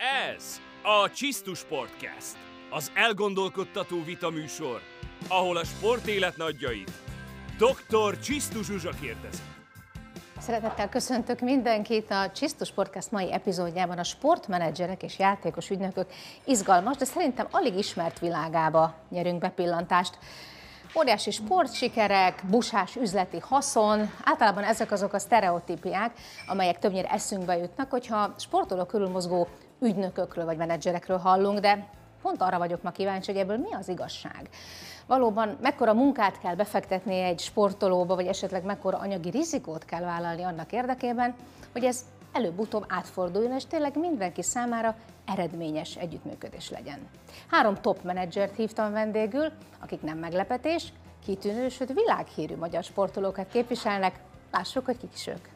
Ez a Csisztus Podcast, az elgondolkodtató vitaműsor, ahol a sportélet nagyjait Dr. Csisztus Zsuzsa kérdezi. Szeretettel köszöntök mindenkit a Csisztus Podcast mai epizódjában a sportmenedzserek és játékos ügynökök izgalmas, de szerintem alig ismert világába nyerünk bepillantást. Óriási sportsikerek, busás üzleti haszon, általában ezek azok a sztereotípiák, amelyek többnyire eszünkbe jutnak, hogyha sportoló körül mozgó ügynökökről vagy menedzserekről hallunk, de pont arra vagyok ma kíváncsi, hogy ebből mi az igazság. Valóban mekkora munkát kell befektetni egy sportolóba, vagy esetleg mekkora anyagi rizikót kell vállalni annak érdekében, hogy ez előbb-utóbb átforduljon, és tényleg mindenki számára eredményes együttműködés legyen. 3 top menedzsert hívtam vendégül, akik nem meglepetés, kitűnő, sőt világhírű magyar sportolókat képviselnek. Lássuk, hogy kik is ők.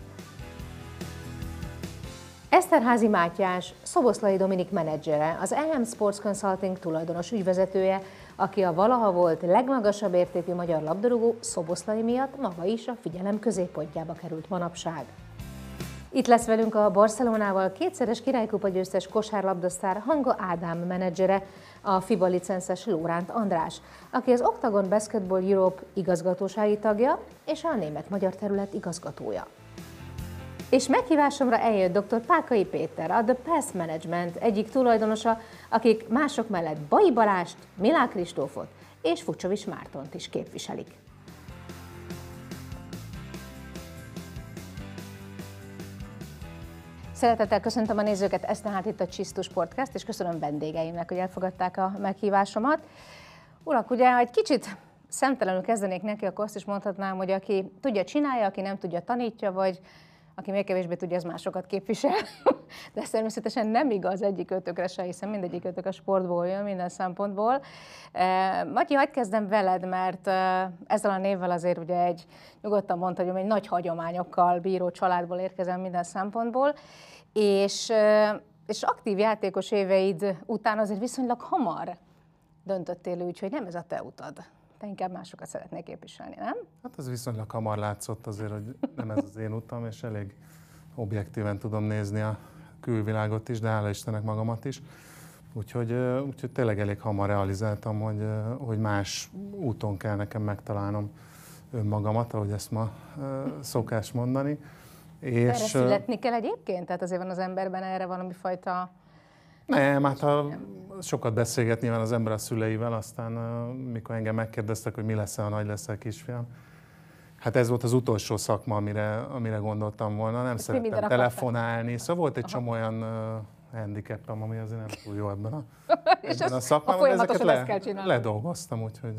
Eszterházy Mátyás, Szoboszlai Dominik menedzsere, az EM Sports Consulting tulajdonos ügyvezetője, aki a valaha volt legmagasabb értékű magyar labdarúgó Szoboszlai miatt maga is a figyelem középpontjába került manapság. Itt lesz velünk a Barcelonával kétszeres királykupa győztes kosárlabdasztár Hanga Ádám menedzsere, a FIBA licences Lóránt András, aki az Octagon Basketball Europe igazgatósági tagja és a német-magyar terület igazgatója. És meghívásomra eljött dr. Pákai Péter, a The Pass Management egyik tulajdonosa, akik mások mellett Bai Balást, Milák Kristófot és Fucsovics Mártont is képviselik. Szeretettel köszöntöm a nézőket, ez tehát itt a Csisztus Podcast, és köszönöm vendégeimnek, hogy elfogadták a meghívásomat. Urak, ugye, ha egy kicsit szemtelenül kezdenék neki, akkor azt is mondhatnám, hogy aki tudja, csinálja, aki nem tudja, tanítja, vagy aki még kevésbé tudja, az másokat képvisel. De ez természetesen nem igaz egyikőtökre se, hiszen mindegyikőtök a sportból jön, minden szempontból. Matyi, hagyd kezdem veled, mert ezzel a névvel azért ugye nyugodtan mondhatjuk, egy nagy hagyományokkal bíró családból érkezem minden szempontból, és aktív játékos éveid után azért viszonylag hamar döntöttél úgy, hogy nem ez a te utad. Te inkább másokat szeretnék képviselni, nem? Hát ez viszonylag hamar látszott azért, hogy nem ez az én utam, és elég objektíven tudom nézni a külvilágot is, de hála Istennek magamat is. Úgyhogy tényleg elég hamar realizáltam, hogy más úton kell nekem megtalálnom önmagamat, ahogy ezt ma szokás mondani. Erre születni kell egyébként? Tehát azért van az emberben erre valami fajta... Nem, hát sokat beszélget nyilván az ember a szüleivel, aztán mikor engem megkérdeztek, hogy mi lesz-e, ha nagy leszel, kisfiam. Hát ez volt az utolsó szakma, amire gondoltam volna. Nem szerettem telefonálni. Szóval volt egy csomó olyan handicapem, ami azért nem túl jó ebben a szakmában. Ezeket ledolgoztam, úgyhogy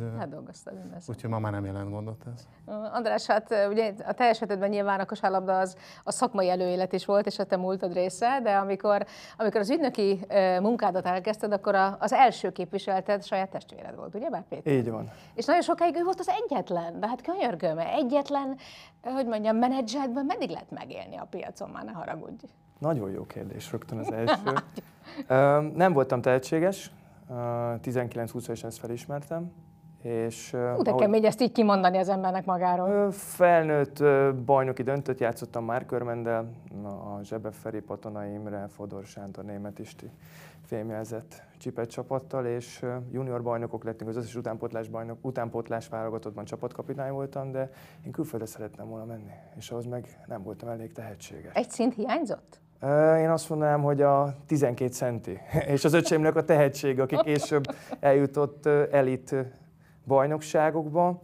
ma már nem jelent gondot ez. András, hát ugye a te esetedben nyilván a kosárlabda az a szakmai előélet is volt, és a te múltad része, de amikor az ügynöki munkádat elkezdted, akkor az első képviselted saját testvéred volt, ugye bár Péter? Így van. És nagyon sokáig ő volt az egyetlen, de hát könyörgöm, egyetlen, hogy mondjam, menedzserben meddig lehet megélni a piacon, már ne haragudj. Nagyon jó kérdés, rögtön az első. Nem voltam tehetséges, 19-20 évesen ezt felismertem. És, de kemény ezt így kimondani az embernek magáról. Felnőtt bajnoki döntőt játszottam Márkörmendel, a Zsebe Feri, Patona Imre, Fodor Sándor, Németh Isti fémjelzett csipet csapattal, és junior bajnokok lettünk, az összes utánpótlás válogatottban csapatkapitány voltam, de én külföldre szerettem volna menni, és ahhoz meg nem voltam elég tehetséges. Egy szint hiányzott? Én azt mondanám, hogy a 12 centi, és az öcsémnek a tehetség, aki később eljutott elit bajnokságokba.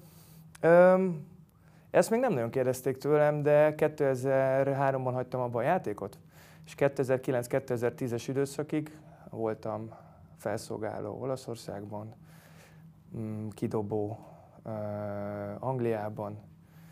Ezt még nem nagyon kérdezték tőlem, de 2003-ban hagytam abba a játékot, és 2009-2010-es időszakig voltam felszolgáló Olaszországban, kidobó Angliában,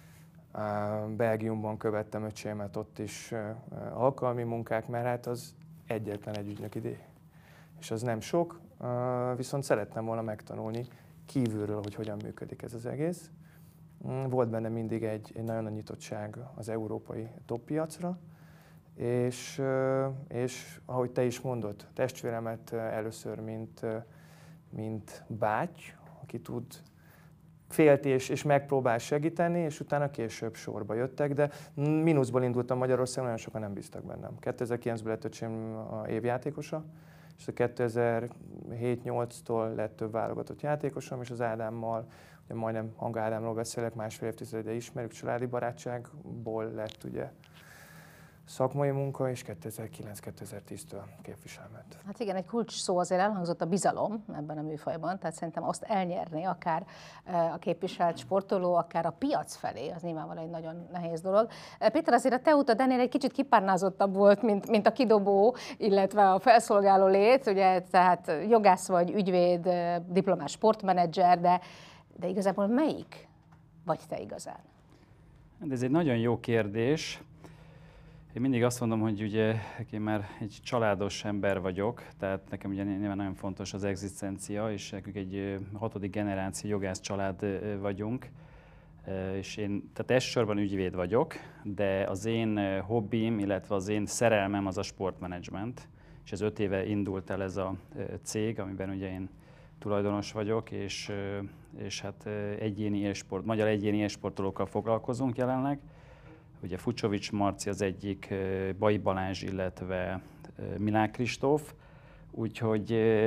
Belgiumban követtem öcsémet, ott is alkalmi munkák, mert hát az egyetlen egy ügynöki díj. És az nem sok, viszont szerettem volna megtanulni kívülről, hogy hogyan működik ez az egész. Volt benne mindig egy nagyon nagy nyitottság az európai toppiacra, és ahogy te is mondod, testvéremet először mint báty, aki tud félt és megpróbál segíteni, és utána később sorba jöttek, de mínuszból indultam Magyarországon, nagyon sokan nem bíztak bennem. 2009-ben lett öcsém a évjátékosa, és a 2007-8-tól lett több válogatott játékosom, és az Ádámmal, ugye majdnem Hanga Ádámról beszélek, másfél évtizede ismerjük, családi barátságból lett ugye szakmai munka, és 2009-2010-től képviselmet. Hát igen, egy kulcs szó azért elhangzott a bizalom ebben a műfajban, tehát szerintem azt elnyerni akár a képviselt sportoló, akár a piac felé, az nyilvánvalóan egy nagyon nehéz dolog. Péter, azért a te utad ennél egy kicsit kipárnázottabb volt, mint a kidobó, illetve a felszolgáló lét, ugye, tehát jogász vagy, ügyvéd, diplomás sportmenedzser, de igazából melyik vagy te igazán? De ez egy nagyon jó kérdés. Én mindig azt mondom, hogy ugye én már egy családos ember vagyok, tehát nekem ugye nyilván nagyon fontos az egzisztencia, és nekünk egy 6. generáció jogász család vagyunk, és én tehát elsősorban ügyvéd vagyok, de az én hobbim, illetve az én szerelmem az a sportmenedzsment, és ez 5 éve indult el ez a cég, amiben ugye én tulajdonos vagyok, és hát magyar egyéni élsportolókkal foglalkozunk jelenleg. Ugye Fucsovics Marci az egyik, Bai Balázs, illetve Milák Kristóf, úgyhogy,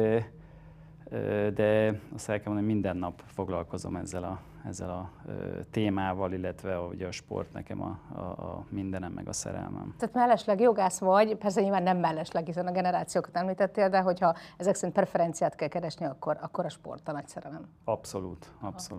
de azt el kell mondani, minden nap foglalkozom ezzel a témával, illetve ugye a sport nekem a mindenem, meg a szerelmem. Tehát mellesleg jogász vagy, persze nyilván nem mellesleg, hiszen a generációkat említettél, de hogyha ezek szerint preferenciát kell keresni, akkor a sport a nagy szerelem. Abszolút.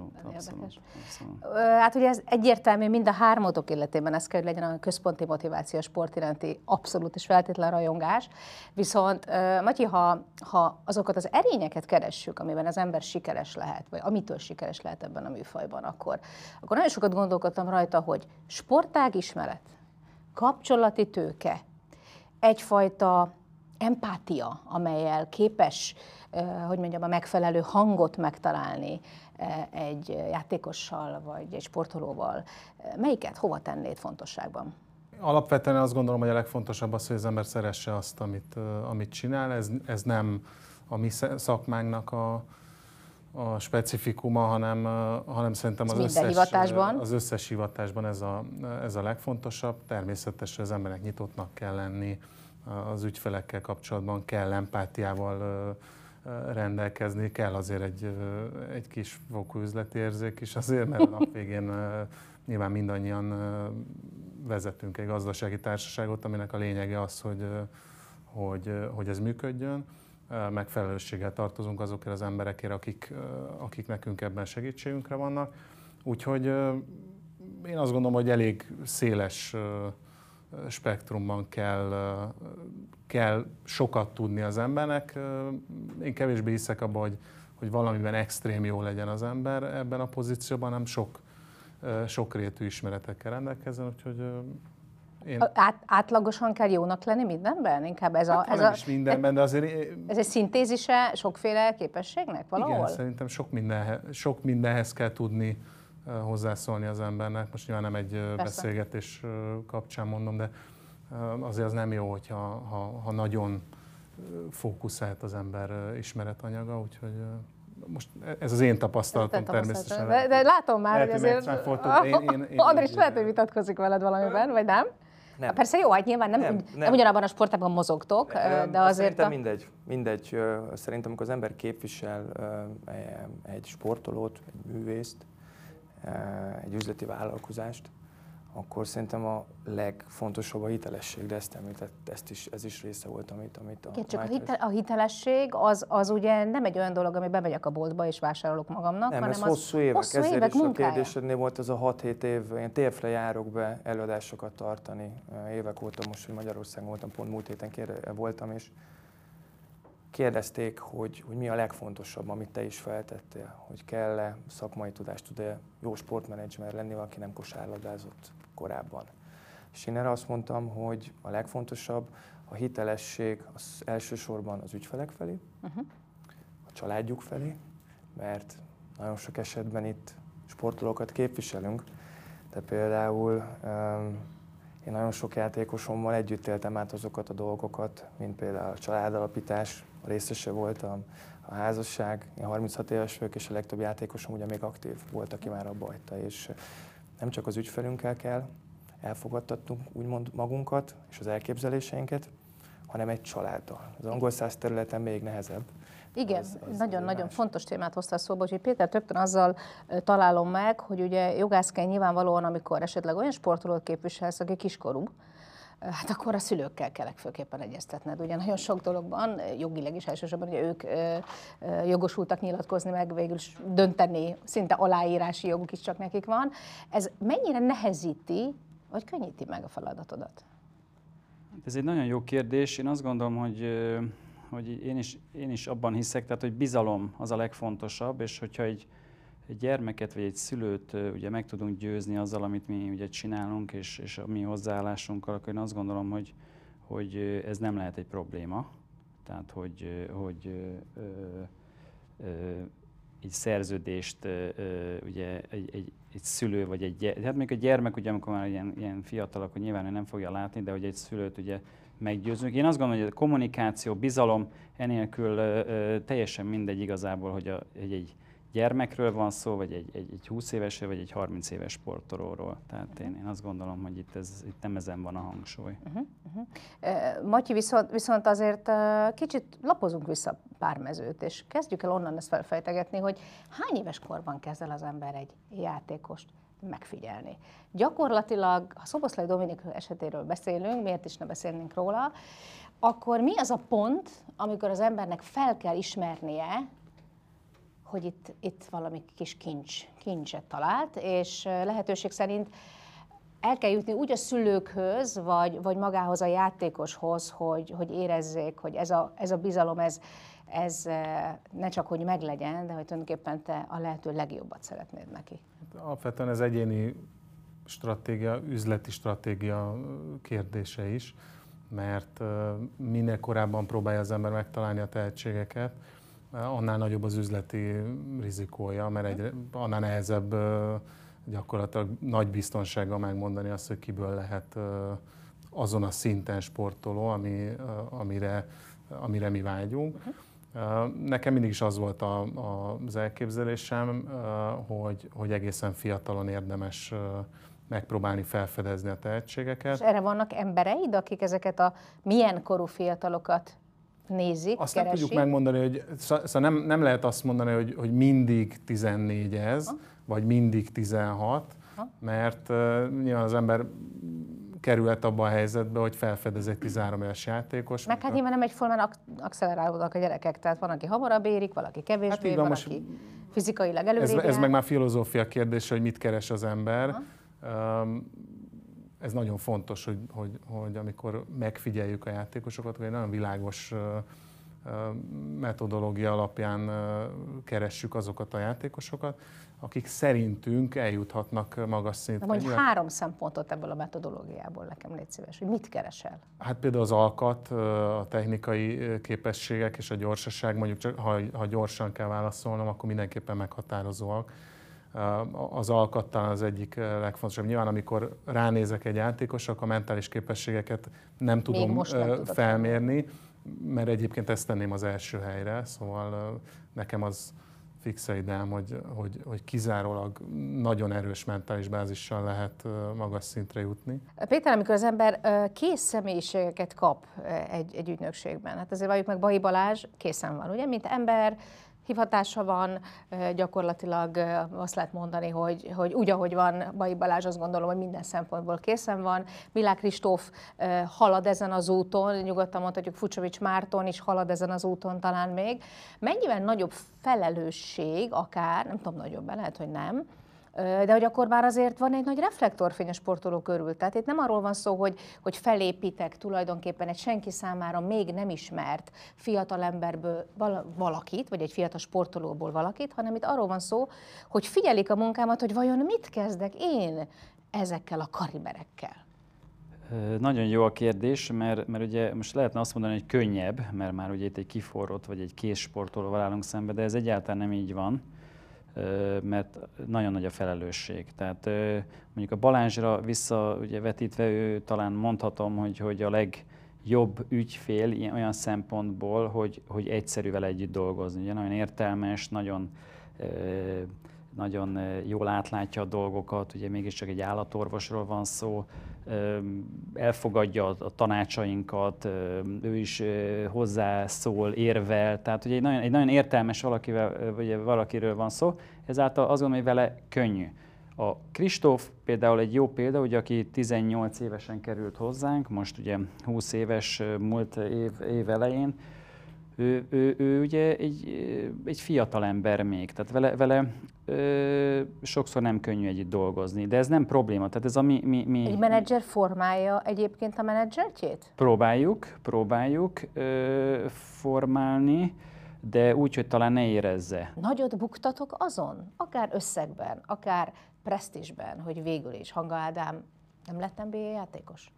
Hát ugye ez egyértelmű, mind a hármatok életében ez kell, hogy legyen a központi motiváció a sport iránti abszolút és feltétlen rajongás. Viszont Matyi, ha azokat az erényeket keressük, amiben az ember sikeres lehet, vagy amitől sikeres lehet ebben a műfajban, akkor nagyon sokat gondolkodtam rajta, hogy sportágismeret, kapcsolati tőke, egyfajta empátia, amellyel képes, a megfelelő hangot megtalálni egy játékossal vagy egy sportolóval. Melyiket hova tennéd fontosságban? Alapvetően azt gondolom, hogy a legfontosabb az, hogy az ember szeresse azt, amit csinál. Ez nem a mi szakmánknak a specifikuma, hanem szerintem az összes hivatásban ez a legfontosabb. Természetesen az embernek nyitottnak kell lenni, az ügyfelekkel kapcsolatban kell empátiával rendelkezni, kell azért egy kis fokú üzleti érzék is azért, mert a nap végén nyilván mindannyian vezetünk egy gazdasági társaságot, aminek a lényege az, hogy ez működjön. Megfelelősséggel tartozunk azokért az emberekért, akik nekünk ebben segítségünkre vannak. Úgyhogy én azt gondolom, hogy elég széles spektrumban kell sokat tudni az embernek. Én kevésbé hiszek abban, hogy valamiben extrém jó legyen az ember ebben a pozícióban, hanem sokrétű ismeretekkel rendelkezzen, úgyhogy Átlagosan kell jónak lenni mindenben? Inkább nem is mindenben, de azért... Ez egy szintézise sokféle képességnek valahol? Igen, szerintem sok mindenhez kell tudni hozzászólni az embernek. Most nyilván nem egy beszélgetés kapcsán mondom, de azért az nem jó, ha nagyon fókuszált az ember ismeretanyaga, úgyhogy most ez az én tapasztalatom természetesen. De látom már, hogy azért Andris lehet, hogy vitatkozik veled valamiben, vagy nem? Nem. Persze jó, hát nyilván nem ugyanabban a sportában mozogtok, de azért... Szerintem mindegy. Szerintem, amikor az ember képvisel egy sportolót, egy művészt, egy üzleti vállalkozást, akkor szerintem a legfontosabb a hitelesség, de ezt említett, ez is része volt, amit igen, csak a hitelesség az ugye nem egy olyan dolog, ami bemegyek a boltba és vásárolok magamnak, nem, hanem ez hosszú évek. Ezért is munkája. A kérdésednél volt az a 6-7 év, én térfre járok be előadásokat tartani évek óta, most, hogy Magyarországon voltam, pont múlt héten voltam, és kérdezték, hogy mi a legfontosabb, amit te is feltettél, hogy kell-e szakmai tudást, tud-e jó sportmenedzser lenni, aki nem kosárlabdázott korábban. És én erre azt mondtam, hogy a legfontosabb a hitelesség az elsősorban az ügyfelek felé, a családjuk felé, mert nagyon sok esetben itt sportolókat képviselünk, de például Én nagyon sok játékosommal együtt éltem át azokat a dolgokat, mint például a családalapítás, részese voltam, a házasság, én 36 éves vagyok, és a legtöbb játékosom ugye még aktív volt, aki már abba hagyta, és nem csak az ügyfelünkkel kell elfogadtatnunk úgymond magunkat és az elképzeléseinket, hanem egy családdal. Az angol száz területen még nehezebb. Igen, nagyon-nagyon fontos témát hoztál szóba, úgyhogy Péter, rögtön azzal találom meg, hogy ugye jogászként nyilvánvalóan, amikor esetleg olyan sportolót képviselsz, aki kiskorú, hát akkor a szülőkkel kell legfőképpen egyeztetned. Ugye nagyon sok dologban, jogileg is elsősorban, ugye ők jogosultak nyilatkozni, meg végül is dönteni, szinte aláírási joguk is csak nekik van. Ez mennyire nehezíti, vagy könnyíti meg a feladatodat? Ez egy nagyon jó kérdés. Én azt gondolom, hogy én is abban hiszek, tehát hogy bizalom az a legfontosabb, és hogyha egy gyermeket vagy egy szülőt ugye meg tudunk győzni azzal, amit mi ugye csinálunk, és a mi hozzáállásunkkal, akkor én azt gondolom, hogy ez nem lehet egy probléma. Tehát, hogy egy szerződést ugye egy szülő vagy hát még a gyermek, ugye, amikor már ilyen fiatal, akkor nyilván nem fogja látni, de hogy egy szülőt ugye meggyőzünk. Én azt gondolom, hogy a kommunikáció, bizalom enélkül teljesen mindegy igazából, hogy egy gyermekről van szó, vagy egy 20 évesről, vagy egy 30 éves sportolóról. Tehát én azt gondolom, hogy itt nem ezen van a hangsúly. Matyi, viszont azért kicsit lapozunk vissza pár mezőt, és kezdjük el onnan ezt felfejtegetni, hogy hány éves korban kezd el az ember egy játékost megfigyelni. Gyakorlatilag, ha Szoboszlai Dominik esetéről beszélünk, miért is ne beszélnénk róla, akkor mi az a pont, amikor az embernek fel kell ismernie, hogy itt valami kis kincset talált, és lehetőség szerint el kell jutni úgy a szülőkhöz, vagy magához a játékoshoz, hogy érezzék, hogy ez a bizalom, ez ne csak hogy meglegyen, de hogy tulajdonképpen te a lehető legjobbat szeretnéd neki. Alapvetően ez egyéni stratégia, üzleti stratégia kérdése is, mert minél korábban próbálja az ember megtalálni a tehetségeket, annál nagyobb az üzleti rizikója, mert annál nehezebb gyakorlatilag nagy biztonsággal megmondani azt, hogy kiből lehet azon a szinten sportoló, amire mi vágyunk. Nekem mindig is az volt az elképzelésem, hogy egészen fiatalon érdemes megpróbálni felfedezni a tehetségeket. És erre vannak embereid, akik ezeket a milyen korú fiatalokat nézik, azt keresik? Nem tudjuk megmondani, hogy szóval nem lehet azt mondani, hogy mindig 14 ez, vagy mindig 16, mert nyilván az ember kerülhet abba a helyzetbe, hogy felfedez egy 13 éves játékos. Meg hát nyilván nem egyformán akcelerálódnak a gyerekek, tehát van, aki hamarabb érik, valaki kevésbé, van, aki fizikailag előrébb ez meg már filozófia kérdése, hogy mit keres az ember. Ez nagyon fontos, hogy amikor megfigyeljük a játékosokat, hogy egy nagyon világos metodológia alapján keressük azokat a játékosokat, akik szerintünk eljuthatnak magas szintre. De mondj 3 szempontot ebből a metodológiából, nekem légy szíves, hogy mit keresel? Hát például az alkat, a technikai képességek és a gyorsaság, mondjuk csak ha gyorsan kell válaszolnom, akkor mindenképpen meghatározóak. Az alkat talán az egyik legfontosabb. Nyilván, amikor ránézek egy játékosra, a mentális képességeket nem tudom felmérni, mert egyébként ezt tenném az első helyre, szóval nekem az fixe ideám, hogy kizárólag nagyon erős mentális bázissal lehet magas szintre jutni. Péter, amikor az ember kész személyiségeket kap egy ügynökségben, hát azért valljuk meg, Baji Balázs készen van, ugye, mint ember, hivatása van, gyakorlatilag azt lehet mondani, hogy úgy, ahogy van Baji Balázs, azt gondolom, hogy minden szempontból készen van. Milák Kristóf halad ezen az úton, nyugodtan mondhatjuk Fucsovics Márton is halad ezen az úton talán még. Mennyivel nagyobb felelősség akár, nem tudom, nagyobb, lehet, hogy nem, de hogy akkor már azért van egy nagy reflektorfény a sportoló körül. Tehát itt nem arról van szó, hogy felépítek tulajdonképpen egy senki számára még nem ismert fiatal emberből valakit, vagy egy fiatal sportolóból valakit, hanem itt arról van szó, hogy figyelik a munkámat, hogy vajon mit kezdek én ezekkel a kaliberekkel. Nagyon jó a kérdés, mert ugye most lehetne azt mondani, hogy könnyebb, mert már ugye itt egy kiforrott vagy egy kész sportolóval állunk szembe, de ez egyáltalán nem így van. mert nagyon nagy a felelősség. Tehát mondjuk a Balázsra vissza ugye vetítve, ő talán mondhatom, hogy a legjobb ügyfél olyan szempontból, hogy egyszerű vele együtt dolgozni. Ugye nagyon értelmes, nagyon jól átlátja a dolgokat, ugye mégiscsak egy állatorvosról van szó, elfogadja a tanácsainkat, ő is hozzászól, érvel, tehát ugye egy nagyon értelmes valakiről van szó, ezáltal azt gondolom, hogy vele könnyű. A Kristóf például egy jó példa, ugye, aki 18 évesen került hozzánk, most ugye 20 éves múlt év elején, ő ugye egy fiatal ember még, tehát vele sokszor nem könnyű együtt dolgozni, de ez nem probléma. Tehát ez a mi Egy menedzser formálja egyébként a menedzsertjét? Próbáljuk formálni, de úgy, hogy talán ne érezze. Nagyot buktatok azon, akár összegben, akár presztízsben, hogy végül is Hanga Ádám nem lett NBA játékos?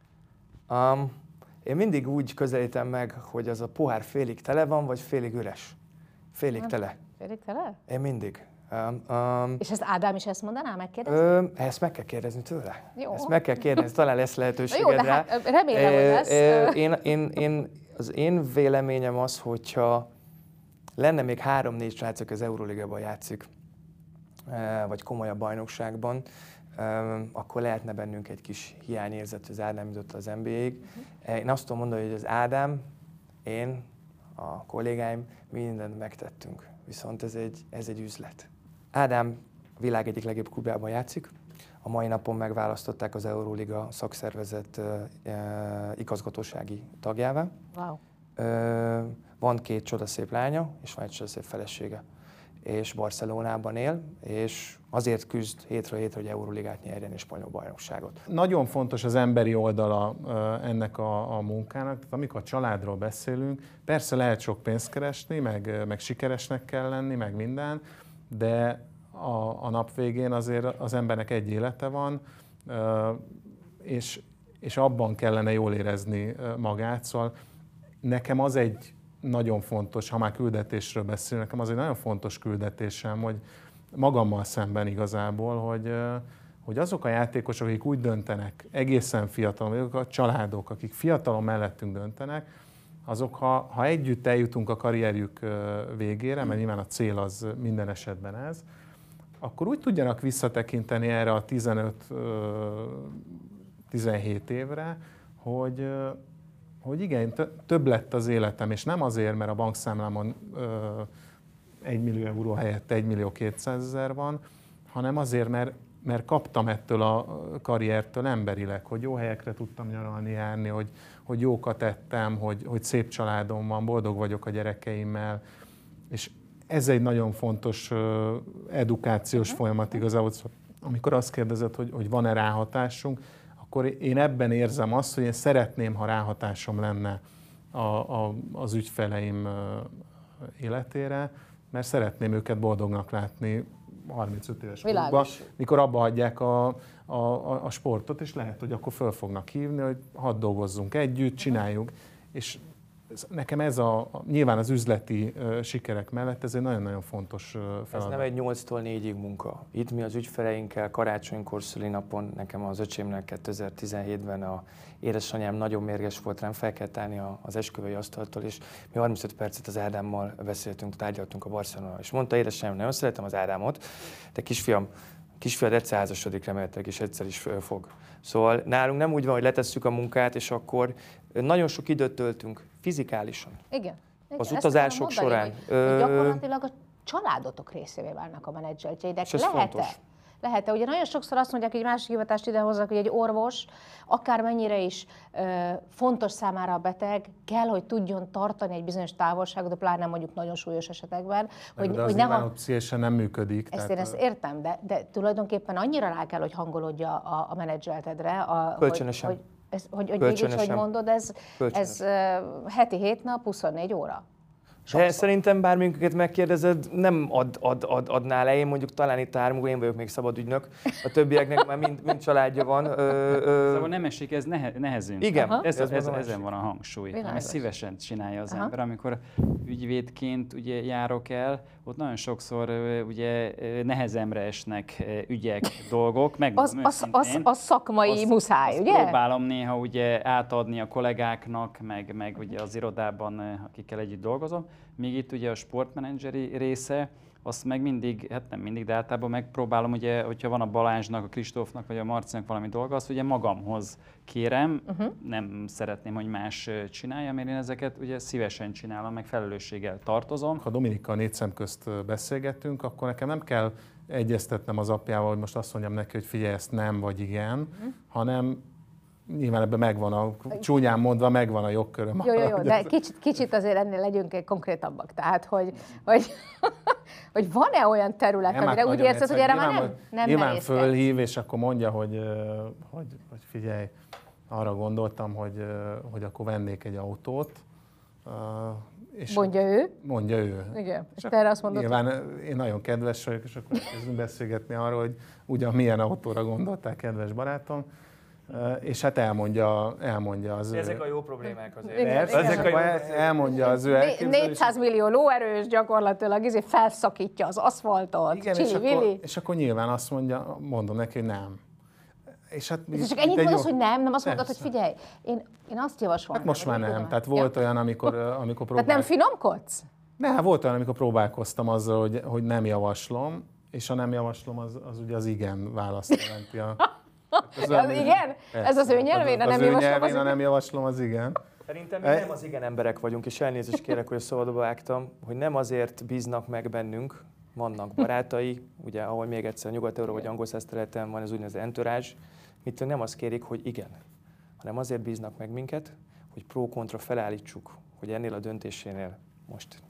Én mindig úgy közelítem meg, hogy az a pohár félig tele van, vagy félig üres. Félig tele. Félig tele? Én mindig. És ezt Ádám is ezt mondaná, megkérdezni? Ezt meg kell kérdezni tőle. Jó. Ezt meg kell kérdezni, talán lesz lehetőséged jó, de rá. hát remélem, hogy lesz. Az én véleményem az, hogyha lenne még 3-4 srác, aki az Euróligában játszik, vagy komolyabb bajnokságban, akkor lehetne bennünk egy kis hiányérzet, hogy az Ádám jutott az NBA-ig. Én azt tudom mondani, hogy az Ádám, én, a kollégáim mindent megtettünk, viszont ez egy üzlet. Ádám a világ egyik legjobb klubjában játszik. A mai napon megválasztották az Euróliga szakszervezet igazgatósági tagjává. Wow. Van 2 csodaszép lánya, és van egy csodaszép felesége. És Barcelonában él, és azért küzd hétről hétre, hogy Euróligát nyerjen és spanyol bajnokságot. Nagyon fontos az emberi oldala ennek a munkának. Tehát amikor a családról beszélünk, persze lehet sok pénzt keresni, meg sikeresnek kell lenni, meg minden, de a nap végén azért az embernek egy élete van, és abban kellene jól érezni magát. Szóval nekem az egy nagyon fontos, ha már küldetésről beszélünk, nekem az egy nagyon fontos küldetésem, hogy magammal szemben igazából, hogy azok a játékosok, akik úgy döntenek, egészen fiatalon, vagy a családok, akik fiatalon mellettünk döntenek, azok, ha együtt eljutunk a karrierjük végére, mert nyilván a cél az minden esetben ez, akkor úgy tudjanak visszatekinteni erre a 15-17 évre, hogy igen, több lett az életem, és nem azért, mert a bankszámlámon 1 millió euró helyett 1 millió 200 000 van, hanem azért, mert kaptam ettől a karriertől emberileg, hogy jó helyekre tudtam nyaralni, járni, hogy jókat ettem, hogy szép családom van, boldog vagyok a gyerekeimmel, és ez egy nagyon fontos edukációs folyamat igazából, amikor azt kérdezed, hogy van-e ráhatásunk, akkor én ebben érzem azt, hogy én szeretném, ha ráhatásom lenne az ügyfeleim életére, mert szeretném őket boldognak látni 35 éves korukban, mikor abba hagyják a sportot, és lehet, hogy akkor föl fognak hívni, hogy hadd dolgozzunk együtt, csináljuk. És nekem ez nyilván az üzleti sikerek mellett ez egy nagyon-nagyon fontos feladat. Ez nem egy 8-tól 4-ig munka. Itt mi az ügyfeleinkkel karácsonykor, szülinapon, nekem az öcsémnek 2017-ben a édesanyám nagyon mérges volt rám, fel kellett állni az esküvői asztaltól, és mi 35 percet az Ádámmal beszéltünk, tárgyaltunk a Barcelonával, és mondta édesanyám, nagyon szeretem az Ádámot, de kisfiad egyszer házasodik remélhetőleg, és egyszer is fog. Szóval nálunk nem úgy van, hogy letesszük a munkát, és akkor nagyon sok időt töltünk fizikálisan. Igen. Az utazások során. Hogy gyakorlatilag a családotok részévé válnak a menedzseltjeidek. Lehet-e? Ugye nagyon sokszor azt mondják, hogy egy másik hivatást idehozzak, hogy egy orvos, akármennyire is fontos számára a beteg, kell, hogy tudjon tartani egy bizonyos távolságot, de pláne mondjuk nagyon súlyos esetekben. De az nyilván ott szívesen nem működik. Én ezt értem, de tulajdonképpen annyira rá kell, hogy hangolódja a menedzseltedre. Kölcsönösen. Hogy mégis, hogy mondod, ez heti 7 nap, 24 óra? De szerintem bárminket megkérdezed, nem adná le. Én mondjuk talán itt hármunk, én vagyok még szabad ügynök, a többieknek már mind családja van. Szóval nem esik, ez nehezünk. Igen. Ezen van a hangsúly. Világos. Mert szívesen csinálja az ember. Amikor ügyvédként ugye járok el, ott nagyon sokszor ugye nehezemre esnek ügyek, dolgok. Az szakmai muszáj, ugye? Próbálom néha ugye átadni a kollégáknak, meg ugye az irodában, akikkel együtt dolgozom. Míg itt ugye a sportmenedzseri része, azt meg mindig, hát nem mindig, de általában megpróbálom, ugye, hogyha van a Balázsnak, a Kristófnak vagy a Marcinak valami dolga, azt ugye magamhoz kérem, nem szeretném, hogy más csinálja, mert én ezeket ugye szívesen csinálom, meg felelősséggel tartozom. Ha Dominikkal négy szem közt beszélgettünk, akkor nekem nem kell egyeztetnem az apjával, hogy most azt mondjam neki, hogy figyelj, ezt nem vagy igen, hanem nyilván ebben megvan csúnyán mondva, megvan a jogköröm. Jó, de kicsit azért ennél legyünk konkrétabbak. Tehát, hogy van-e olyan terület, amire úgy érzed, hogy erre már nem nyilván fölhív, és akkor mondja, hogy figyelj, arra gondoltam, hogy akkor vennék egy autót. És mondja ő? Mondja ő. Igen, és te erre azt mondod, nyilván én nagyon kedves vagyok, és akkor kezdünk beszélgetni arról, hogy ugyan milyen autóra gondoltál, kedves barátom. És hát elmondja az ő... Ezek a jó problémák azért. Elmondja az ő elképzelés. 400 millió lóerős gyakorlatilag felszakítja az aszfaltot. Igen, és akkor nyilván azt mondom neki, hogy nem. És hát csak ennyit mondasz, hogy nem azt mondod, hogy figyelj, én azt javaslom. Hát most már nem. Tehát volt olyan, amikor Tehát nem finomkodsz? Ne, volt olyan, amikor próbálkoztam azzal, hogy nem javaslom, és a nem javaslom az ugye az igen választ jelenti. Az igen? Ez az ő nyelvén, a nem javaslom? A nem javaslom, az igen. Szerintem mi nem az igen emberek vagyunk, és elnézést kérek, hogy a szabadba vágtam, hogy nem azért bíznak meg bennünk, vannak barátai, ugye ahol még egyszer Nyugat-Európa vagy angol száz területen van az úgynevezett entourage, mitől nem azt kérik, hogy igen, hanem azért bíznak meg minket, hogy pro-kontra felállítsuk, hogy ennél a döntésénél most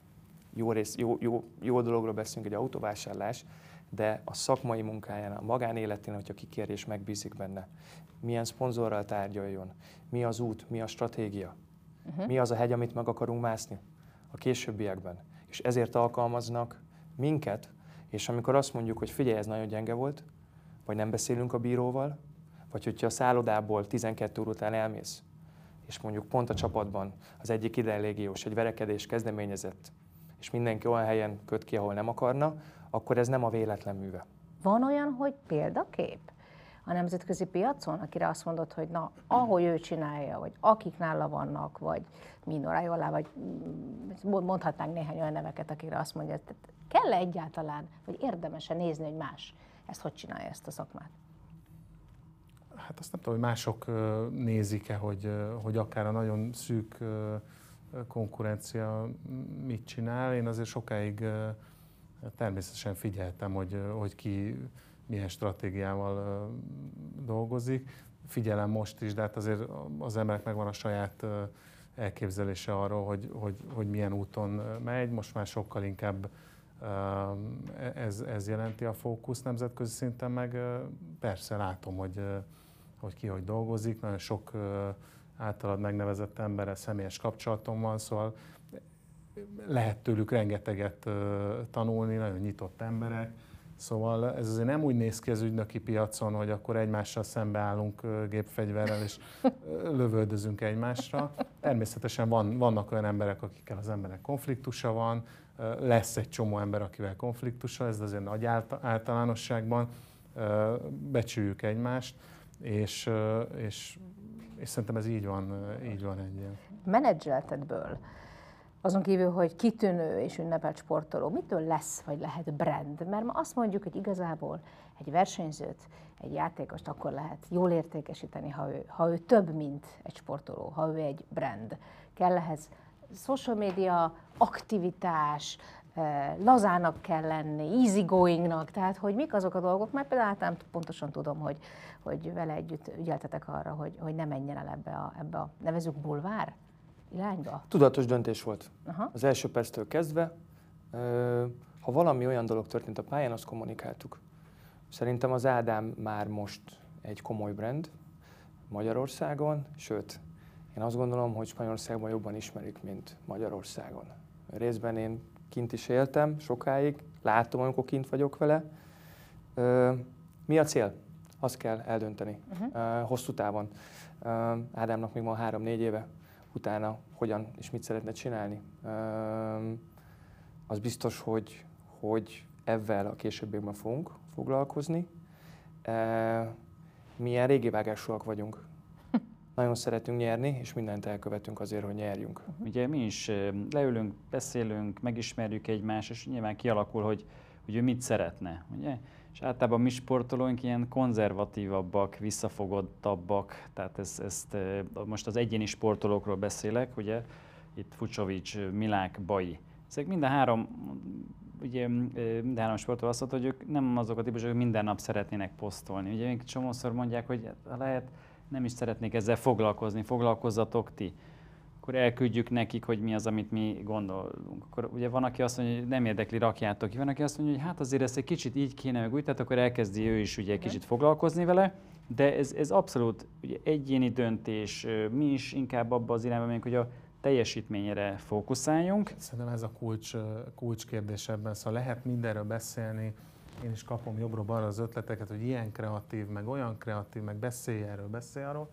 jó dologról beszélünk, egy autóvásárlás, de a szakmai munkáján, a magánéletén, hogyha kikér és megbízik benne, milyen szponzorral tárgyaljon, mi az út, mi a stratégia, mi az a hegy, amit meg akarunk mászni a későbbiekben. És ezért alkalmaznak minket, és amikor azt mondjuk, hogy figyelj, ez nagyon gyenge volt, vagy nem beszélünk a bíróval, vagy hogyha a szállodából 12 óra után elmész, és mondjuk pont a csapatban az egyik idegenlégiós egy verekedés kezdeményezett, és mindenki olyan helyen köt ki, ahol nem akarna, akkor ez nem a véletlen műve. Van olyan, hogy példakép a nemzetközi piacon, akire azt mondod, hogy na, ahogy ő csinálja, vagy akik nála vannak, vagy Mino Raiola, vagy mondhatnánk néhány olyan neveket, akire azt mondja, hogy kell-e egyáltalán, vagy érdemes-e nézni, hogy más ezt hogy csinálja, ezt a szakmát? Hát azt nem tudom, hogy mások nézik-e, hogy akár a nagyon szűk konkurencia mit csinál. Én azért sokáig természetesen figyeltem, hogy ki milyen stratégiával dolgozik. Figyelem most is, de hát azért az emberek megvan a saját elképzelése arról, hogy milyen úton megy. Most már sokkal inkább ez jelenti a fókusz nemzetközi szinten, meg persze látom, hogy ki hogy dolgozik. Nagyon sok általad megnevezett emberrel személyes kapcsolatom van, szóval lehet tőlük rengeteget tanulni, nagyon nyitott emberek. Szóval ez azért nem úgy néz ki az ügynöki piacon, hogy akkor egymással szembeállunk gépfegyverrel és lövöldözünk egymásra. Természetesen vannak olyan emberek, akikkel az emberek konfliktusa van, lesz egy csomó ember, akivel konfliktusa, ez azért nagy általánosságban, becsüljük egymást, és szerintem ez így van egy ilyen. Menedzseltetből, azon kívül, hogy kitűnő és ünnepelt sportoló, mitől lesz vagy lehet brand? Mert ma azt mondjuk, hogy igazából egy versenyzőt, egy játékost akkor lehet jól értékesíteni, ha ő több, mint egy sportoló, ha ő egy brand. Kell ehhez social media, aktivitás, lazának kell lenni, easygoingnak, tehát hogy mik azok a dolgok, mert például nem pontosan tudom, hogy vele együtt ügyeltetek arra, hogy ne menjen el ebbe a nevezük bulvár irányba. Tudatos döntés volt. Aha. Az első perctől kezdve, ha valami olyan dolog történt a pályán, azt kommunikáltuk. Szerintem az Ádám már most egy komoly brand Magyarországon, sőt, én azt gondolom, hogy Spanyolországban jobban ismerik, mint Magyarországon. Részben én kint is éltem sokáig, látom, amikor kint vagyok vele. Mi a cél? Azt kell eldönteni hosszú távon. Ádámnak még van 3-4 éve, utána hogyan és mit szeretne csinálni. Az biztos, hogy ezzel a későbbiekben fogunk foglalkozni. Mi ilyen régi vágásúak vagyunk. Nagyon szeretünk nyerni, és mindent elkövetünk azért, hogy nyerjünk. Ugye mi is leülünk, beszélünk, megismerjük egymást, és nyilván kialakul, hogy ő mit szeretne. Ugye? És általában mi sportolóink ilyen konzervatívabbak, visszafogottabbak, tehát ezt most az egyéni sportolókról beszélek, ugye, itt Fucsovics, Milák, Bai. Ezek mind a három sportoló azt mondta, hogy ők nem azok a típusok, hogy minden nap szeretnének posztolni. Ugye még csomószor mondják, hogy ha lehet, nem is szeretnék ezzel foglalkozni, foglalkozzatok ti. Akkor elküldjük nekik, hogy mi az, amit mi gondolunk. Akkor ugye van, aki azt mondja, hogy nem érdekli, rakjátok ki. Van, aki azt mondja, hogy hát azért ezt egy kicsit így kéne, meg úgy, tehát akkor elkezdi ő is ugye egy kicsit foglalkozni vele. De ez abszolút ugye egyéni döntés. Mi is inkább abba az irányba megyünk, hogy a teljesítményre fókuszáljunk. Szerintem ez a kulcskérdés ebben. Szóval lehet mindenről beszélni. Én is kapom jobbra-balra az ötleteket, hogy ilyen kreatív, meg olyan kreatív, meg beszélj erről, beszélj arról.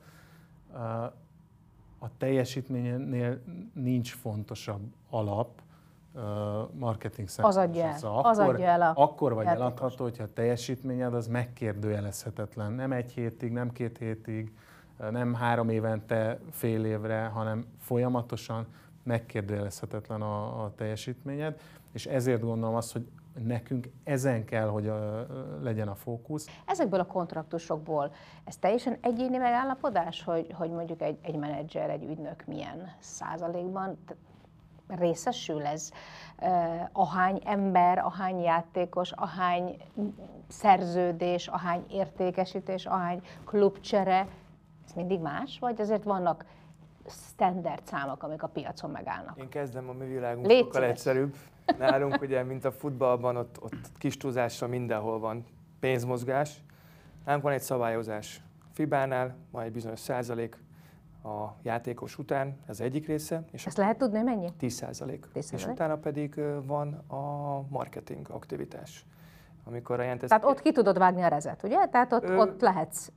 A teljesítménynél nincs fontosabb alap marketing szempontból. Akkor vagy eladható, hogyha a teljesítményed az megkérdőjelezhetetlen. Nem 1 hétig, nem 2 hétig, nem 3 évente, fél évre, hanem folyamatosan megkérdőjelezhetetlen a teljesítményed. És ezért gondolom azt, hogy nekünk ezen kell, hogy legyen a fókusz. Ezekből a kontraktusokból ez teljesen egyéni megállapodás, hogy mondjuk egy menedzser, egy ügynök milyen százalékban részesül ez? Ahány ember, ahány játékos, ahány szerződés, ahány értékesítés, ahány klubcsere, ez mindig más? Vagy azért vannak standard számok, amik a piacon megállnak? Én kezdem, a mi világunk sokkal egyszerűbb. Nálunk ugye, mint a futballban, ott kis túlzásra mindenhol van pénzmozgás. Nálunk van egy szabályozás. FIBA-nál van egy bizonyos százalék a játékos után, ez egyik része. És ezt lehet tudni, mennyi? 10%. És utána pedig van a marketing aktivitás. Amikor tehát ott ki tudod vágni a rezet, ugye? Tehát ott lehetsz.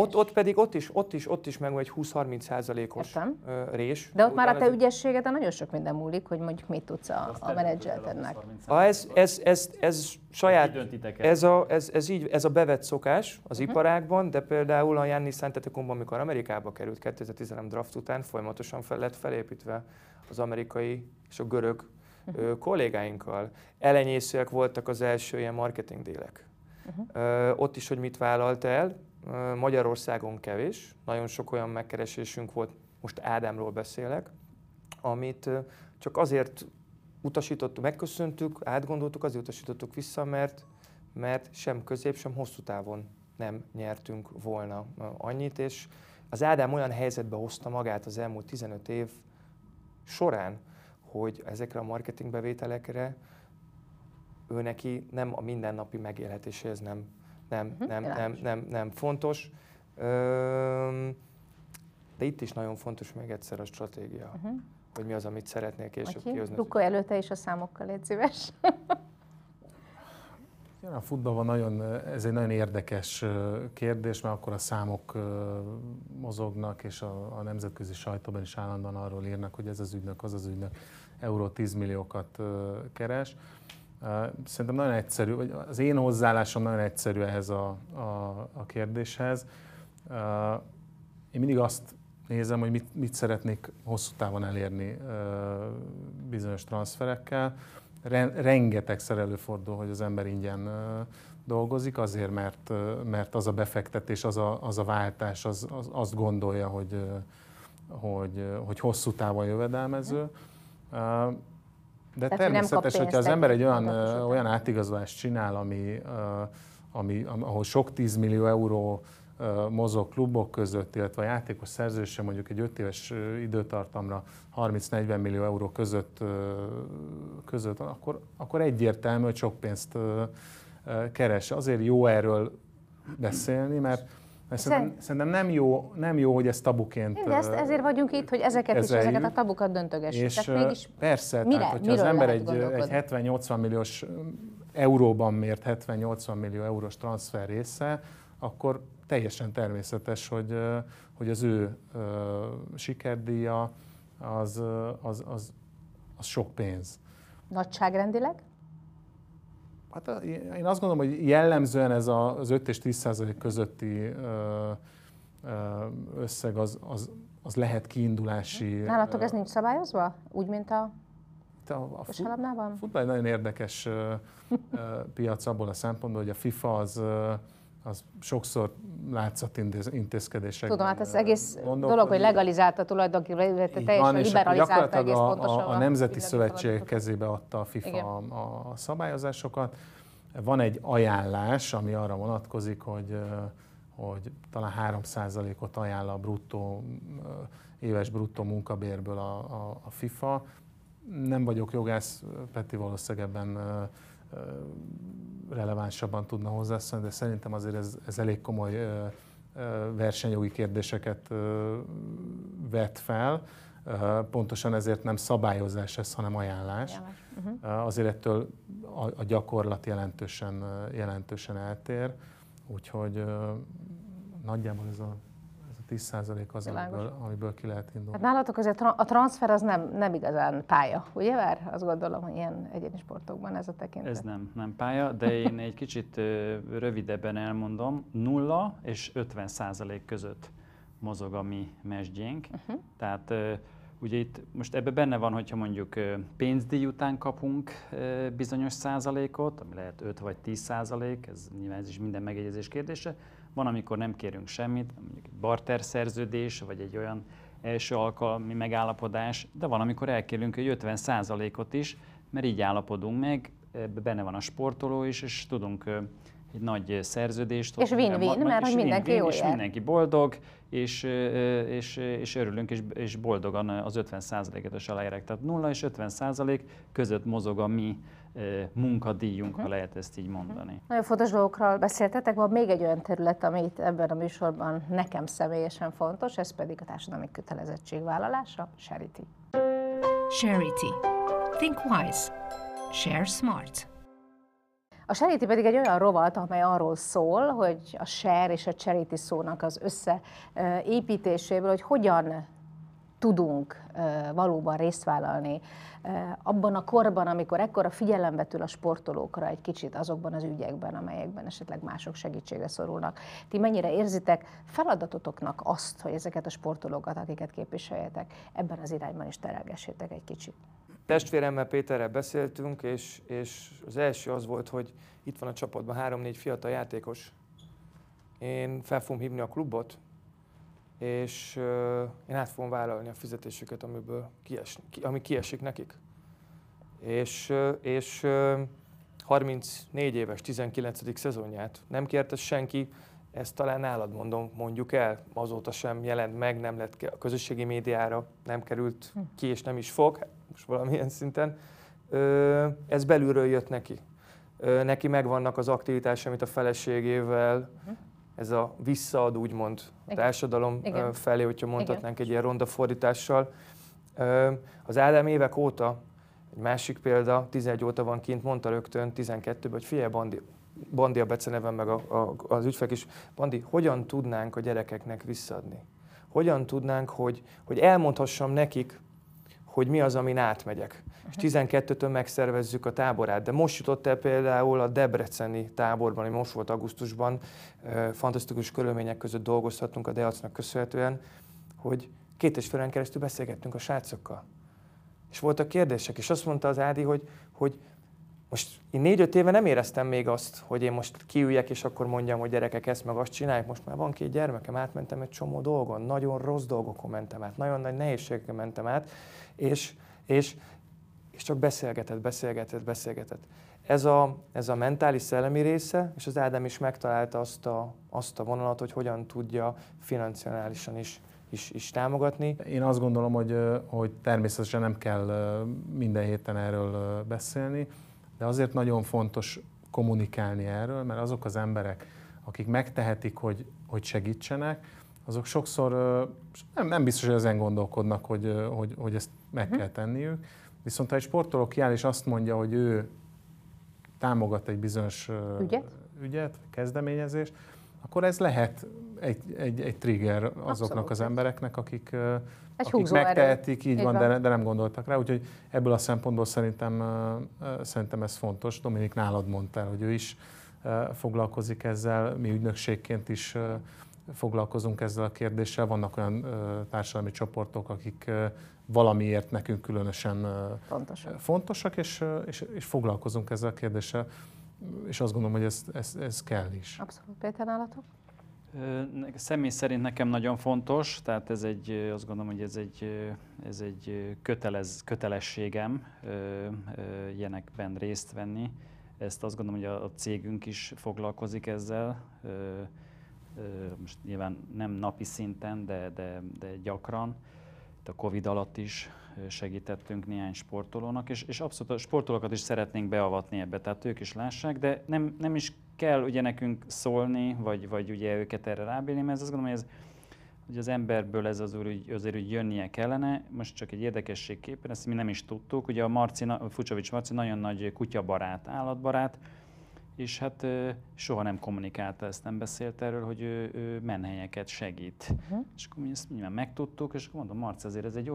Ott is megvan egy 20-30%-os rés. De ott már a te ügyességeden nagyon sok minden múlik, hogy mondjuk mit tudsz a menedzseltednek. Ez saját, ez a bevett szokás az iparágban, de például a Giannis Antetokounmpo, amikor Amerikába került 2013 draft után, folyamatosan lett felépítve az amerikai és a görög kollégáinkkal. Elenyészőek voltak az első ilyen marketing délek. Ott is, hogy mit vállalt el, Magyarországon kevés, nagyon sok olyan megkeresésünk volt, most Ádámról beszélek, amit csak azért utasítottuk, megköszöntük, átgondoltuk, azért utasítottuk vissza, mert sem közép, sem hosszú távon nem nyertünk volna annyit, és az Ádám olyan helyzetbe hozta magát az elmúlt 15 év során, hogy ezekre a marketing bevételekre ő neki nem a mindennapi megélhetéséhez nem fontos. De itt is nagyon fontos még egyszer a stratégia, hogy mi az, amit szeretnél később kihozni. Rukkolj előtte is a számokkal, légy szíves. A futballban ez egy nagyon érdekes kérdés, mert akkor a számok mozognak, és a nemzetközi sajtóban is állandóan arról írnak, hogy ez az ügynök, az az ügynök euró 10 milliókat keres. Szerintem nagyon egyszerű, vagy az én hozzáállásom nagyon egyszerű ehhez a kérdéshez. Én mindig azt nézem, hogy mit szeretnék hosszú távon elérni bizonyos transferekkel. Rengetegszer előfordul, hogy az ember ingyen dolgozik, azért, mert az a befektetés, az a váltás, azt gondolja, hogy hosszú távon jövedelmező. De természetes, hogyha az ember egy olyan átigazolást csinál, ahol sok 10 millió euró mozog klubok között, illetve a játékos szerződése mondjuk egy 5 éves időtartamra 30-40 millió euró között akkor egyértelmű, hogy sok pénzt keres. Azért jó erről beszélni, Szerintem nem jó, hogy ez tabuként ezért vagyunk itt, hogy ezeket a tabukat döntögessük. És persze, tehát hogyha az ember egy 70-80 milliós euróban mért 70-80 millió eurós transfer része, akkor teljesen természetes, hogy az ő sikerdíja az sok pénz. Nagyságrendileg? Hát én azt gondolom, hogy jellemzően ez az 5 és 10% közötti összeg az lehet kiindulási... Nálatok ez nincs szabályozva? Úgy, mint a kosárlabdában? Futball egy nagyon érdekes piac abból a szempontból, hogy a FIFA az sokszor látszatintézkedésekben. Tudom, hát ez egész dolog, hogy legalizálta tulajdonképpen, teljesen liberalizálta egész pontosan. A Nemzeti Szövetség kezébe adta a FIFA a szabályozásokat. Van egy ajánlás, ami arra vonatkozik, hogy talán 3%-ot ajánl a éves bruttó munkabérből a FIFA. Nem vagyok jogász, Peti valószínűleg ebben relevánsabban tudna hozzászólni, de szerintem azért ez elég komoly versenyjogi kérdéseket vet fel. Pontosan ezért nem szabályozás ez, hanem ajánlás. Azért ettől a gyakorlat jelentősen eltér, úgyhogy nagyjából ez a 10% az, amiből ki lehet indulni. Hát nálatok azért a transfer az nem igazán pálya, ugye már? Azt gondolom, hogy ilyen egyéni sportokban ez a tekintet. Ez nem pálya, de én egy kicsit rövidebben elmondom. 0 és 50% között mozog a mi mesdjénk. Tehát ugye itt most ebben benne van, hogyha mondjuk pénzdíj után kapunk bizonyos százalékot, ami lehet 5 vagy 10%, nyilván ez is minden megegyezés kérdése. Van, amikor nem kérünk semmit, mondjuk egy barter szerződés, vagy egy olyan első alkalmi megállapodás, de van, amikor elkérünk egy 50%-ot is, mert így állapodunk meg, benne van a sportoló is, és tudunk egy nagy szerződést. És win-win, mert hogy mindenki jól jár. És mindenki boldog, és örülünk, és boldogan az 50%-et is aláérek. Tehát 0 és 50% között mozog a mi munkadíjunk, ha lehet ezt így mondani. Nagyon fontos dolgokról beszéltetek, van még egy olyan terület, amit ebben a műsorban nekem személyesen fontos, ez pedig a társadalmi kötelezettségvállalása, charity. Charity. Think wise. Share smart. A charity pedig egy olyan rovat, amely arról szól, hogy a share és a charity szónak az összeépítéséből, hogy hogyan tudunk valóban részt vállalni abban a korban, amikor ekkora figyelem vetül a sportolókra egy kicsit azokban az ügyekben, amelyekben esetleg mások segítségre szorulnak. Ti mennyire érzitek feladatotoknak azt, hogy ezeket a sportolókat, akiket képviseljetek, ebben az irányban is terelgessétek egy kicsit? Testvéremmel, Péterrel beszéltünk, és az első az volt, hogy itt van a csapatban 3-4 fiatal játékos. Én fel fogom hívni a klubot, és én át fogom vállalni a fizetésüket, ami kiesik nekik. És 34 éves, 19. szezonját nem kérte senki, ezt talán nálad mondjuk el, azóta sem jelent meg, nem lett a közösségi médiára, nem került ki, és nem is fog, most valamilyen szinten. Ez belülről jött neki. Neki megvannak az aktivitásai, amit a feleségével, ez a visszaad úgymond a társadalom felé, hogyha mondhatnánk egy ilyen ronda fordítással. Az Ádám évek óta, egy másik példa, 11 óta van kint, mondta rögtön 12-ben, hogy figyelj Bandi a becenevem, meg az ügyfelek is, Bandi, hogyan tudnánk a gyerekeknek visszaadni? Hogyan tudnánk, hogy elmondhassam nekik, hogy mi az, amin átmegyek. És 12-től megszervezzük a táborát. De most jutott el például a debreceni táborban, ami most volt augusztusban, fantasztikus körülmények között dolgozhatunk a Deacnak köszönhetően, hogy 2,5 órán keresztül beszélgettünk a srácokkal. És voltak kérdések, és azt mondta az Ádi, hogy most én 4-5 éve nem éreztem még azt, hogy én most kiüljek, és akkor mondjam, hogy gyerekek ezt meg azt csinálják. Most már van 2 gyermekem, átmentem egy csomó dolgon, nagyon rossz dolgokon mentem át, nagyon nagy nehézségeken mentem át, és csak beszélgetett. Ez a mentális, szellemi része, és az Ádám is megtalálta azt a vonalat, hogy hogyan tudja financiálisan is támogatni. Én azt gondolom, hogy természetesen nem kell minden héten erről beszélni, de azért nagyon fontos kommunikálni erről, mert azok az emberek, akik megtehetik, hogy hogy segítsenek, azok sokszor nem biztos, hogy ezen gondolkodnak, hogy ezt meg kell tenniük. Viszont ha egy sportoló kiáll és azt mondja, hogy ő támogat egy bizonyos ügyet, kezdeményezést, akkor ez lehet egy trigger azoknak az embereknek, akik megtehetik, így van, de nem gondoltak rá. Úgyhogy ebből a szempontból szerintem ez fontos. Dominik, nálad mondtál, hogy ő is foglalkozik ezzel, mi ügynökségként is foglalkozunk ezzel a kérdéssel. Vannak olyan társadalmi csoportok, akik valamiért nekünk különösen fontosak, és foglalkozunk ezzel a kérdéssel. És azt gondolom, hogy ez kell is. Abszolút. Péter, nálatok? Személy szerint nekem nagyon fontos, tehát azt gondolom, hogy ez egy kötelességem ilyenekben részt venni. Ezt azt gondolom, hogy a cégünk is foglalkozik ezzel. Most nyilván nem napi szinten, de gyakran. Itt a Covid alatt is segítettünk néhány sportolónak, és abszolút a sportolókat is szeretnénk beavatni ebbe, tehát ők is lássák, de nem is kell ugye nekünk szólni, vagy ugye őket erre rábírni, mert azt gondolom, hogy az emberből ez azért úgy jönnie kellene. Most csak egy érdekességképpen, ezt mi nem is tudtuk, ugye a Fucsovics Marci nagyon nagy kutyabarát, állatbarát, és hát soha nem kommunikálta, ezt nem beszélt erről, hogy ő menhelyeket segít. És akkor mi ezt nyilván megtudtuk, és akkor mondom, Marci, azért ez egy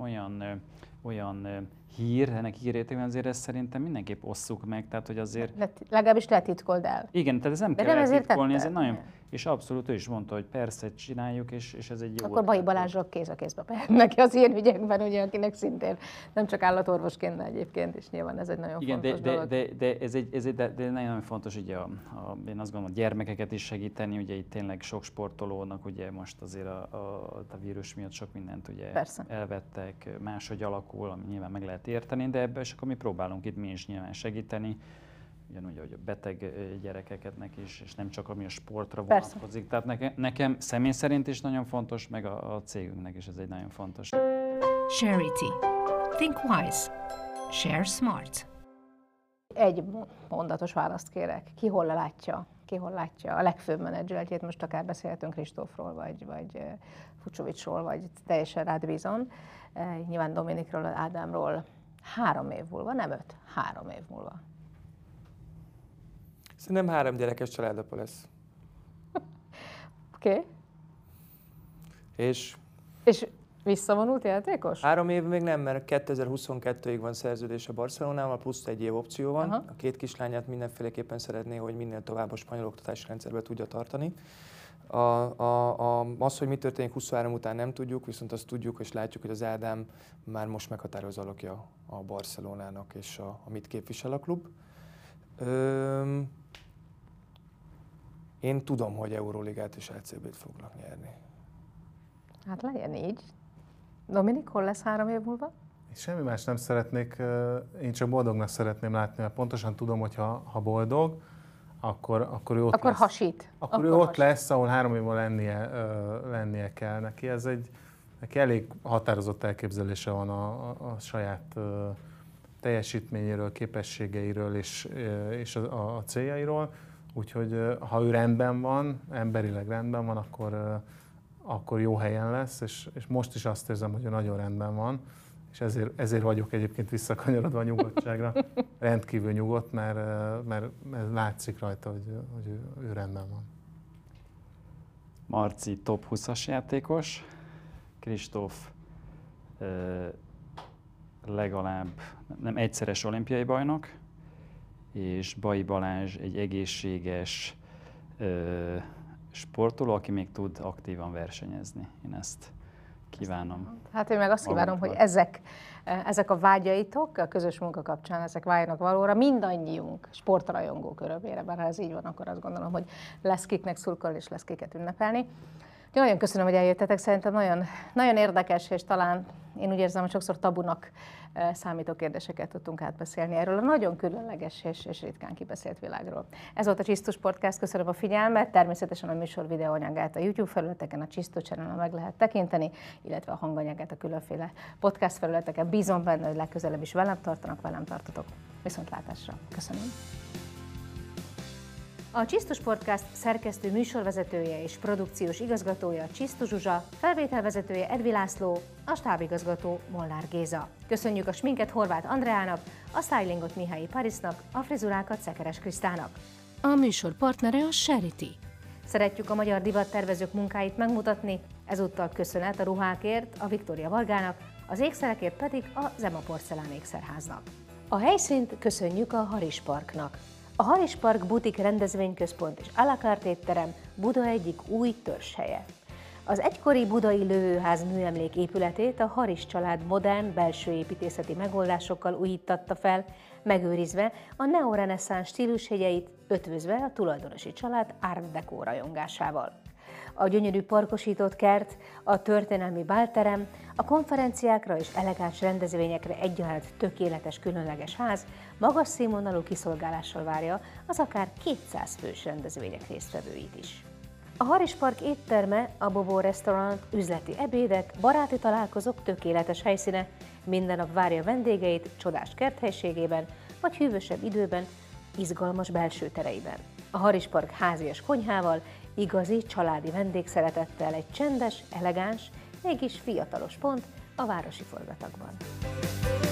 olyan hír, ennek hírértékben azért ezt szerintem mindenképp osszuk meg, tehát hogy azért... Legalábbis letitkold el. Igen, tehát ez nem kell letitkolni, ez egy nagyon... És abszolút ő is mondta, hogy persze csináljuk, és ez egy jó... Akkor Bai Balázsról kéz a kézbe neki az ilyen ügyekben, ugye, akinek szintén nem csak állatorvosként, de egyébként is nyilván ez egy nagyon fontos dolog. De nagyon fontos, ugye én azt gondolom, a gyermekeket is segíteni, ugye itt tényleg sok sportolónak, ugye most azért a vírus miatt sok mindent ugye elvettek, máshogy alakul, ami nyilván meg lehet érteni, de ebben is akkor mi próbálunk itt mi is nyilván segíteni. Ugyanúgy, hogy a beteg gyerekeknek is, és nem csak ami a sportra vonatkozik. Tehát nekem személy szerint is nagyon fontos, meg a cégünknek is ez egy nagyon fontos. Charity. Think wise. Share smart. Egy mondatos választ kérek. Ki hol látja a legfőbb menedzseltjét? Most akár beszélhetünk Kristófról, vagy Fucsovicsról, vagy teljesen rád bízom. Nyilván Dominikról, Ádámról 3 év múlva, nem 5, 3 év múlva. Szerintem 3 gyerekes családapa lesz. Oké. És visszavonult játékos? 3 év még nem, mert 2022-ig van szerződés a Barcelonával, plusz 1 év opció van. A 2 kislányát mindenféleképpen szeretné, hogy minél tovább a spanyol oktatási rendszerbe tudja tartani. Az, hogy mi történik 23 után nem tudjuk, viszont azt tudjuk és látjuk, hogy az Ádám már most meghatározó alakja a Barcelonának és amit képvisel a klub. Én tudom, hogy Euróligát és LCB-t foglak nyerni. Hát legyen így. Dominik, hol lesz 3 év múlva? Semmi más nem szeretnék, én csak boldognak szeretném látni, mert pontosan tudom, hogy ha boldog, akkor ő ott akkor lesz. Hasít. Akkor ő ott lesz, ahol 3 évvel lennie kell neki. Neki elég határozott elképzelése van a saját teljesítményéről, képességeiről és a céljairól. Úgyhogy ha ő rendben van, emberileg rendben van, akkor jó helyen lesz, és most is azt érzem, hogy ő nagyon rendben van, és ezért vagyok egyébként visszakanyarodva a nyugodtságra. Rendkívül nyugodt, mert látszik rajta, hogy ő rendben van. Marci top 20-as játékos, Kristóf legalább nem egyszeres olimpiai bajnok, és Bai Balázs egy egészséges sportoló, aki még tud aktívan versenyezni. Én ezt kívánom. Hát én meg azt kívánom, hogy ezek a vágyaitok a közös munka kapcsán, ezek váljanak valóra mindannyiunk sportrajongó körömére, bár ha ez így van, akkor azt gondolom, hogy lesz kiknek szurkolni és lesz kiket ünnepelni. Nagyon köszönöm, hogy eljöttetek, szerintem nagyon, nagyon érdekes, és talán én úgy érzem, hogy sokszor tabunak számító kérdéseket tudtunk átbeszélni erről a nagyon különleges és ritkán kibeszélt világról. Ez volt a Csisztus Podcast, köszönöm a figyelmet, természetesen a műsor videóanyagát a YouTube felületeken, a Csisztus channel-on meg lehet tekinteni, illetve a hanganyagát a különféle podcast felületeken. Bízom benne, hogy legközelebb is velem tartatok. Viszontlátásra. Köszönöm. A Csisztus Podcast szerkesztő műsorvezetője és produkciós igazgatója Csisztus Zsuzsa, felvételvezetője Edvi László, a stábigazgató Molnár Géza. Köszönjük a sminket Horváth Andreának, a stylingot Mihályi Parisnak, a frizurákat Szekeres Krisztának. A műsor partnere a Charity. Szeretjük a magyar divattervezők munkáit megmutatni, ezúttal köszönet a ruhákért a Viktória Vargának, az ékszerekért pedig a Zema Porcelán ékszerháznak. A helyszínt köszönjük a Haris Parknak. A Haris Park butik rendezvényközpont és à la carte étterem Buda egyik új törzshelye. Az egykori budai lövőház műemlék épületét a Haris család modern belső építészeti megoldásokkal újítatta fel, megőrizve a neoreneszánsz stílusjegyeit, ötvözve a tulajdonosi család Art Deco rajongásával. A gyönyörű parkosított kert, a történelmi bálterem, a konferenciákra és elegáns rendezvényekre egyaránt tökéletes, különleges ház magas színvonalú kiszolgálással várja az akár 200 fős rendezvények résztvevőit is. A Haris Park étterme, a Bobo Restaurant üzleti ebédek, baráti találkozók tökéletes helyszíne, minden nap várja vendégeit csodás kerthelységében, vagy hűvösebb időben, izgalmas belső tereiben. A Haris Park házias konyhával, igazi családi vendégszeretettel egy csendes, elegáns, mégis fiatalos pont a városi forgatagban.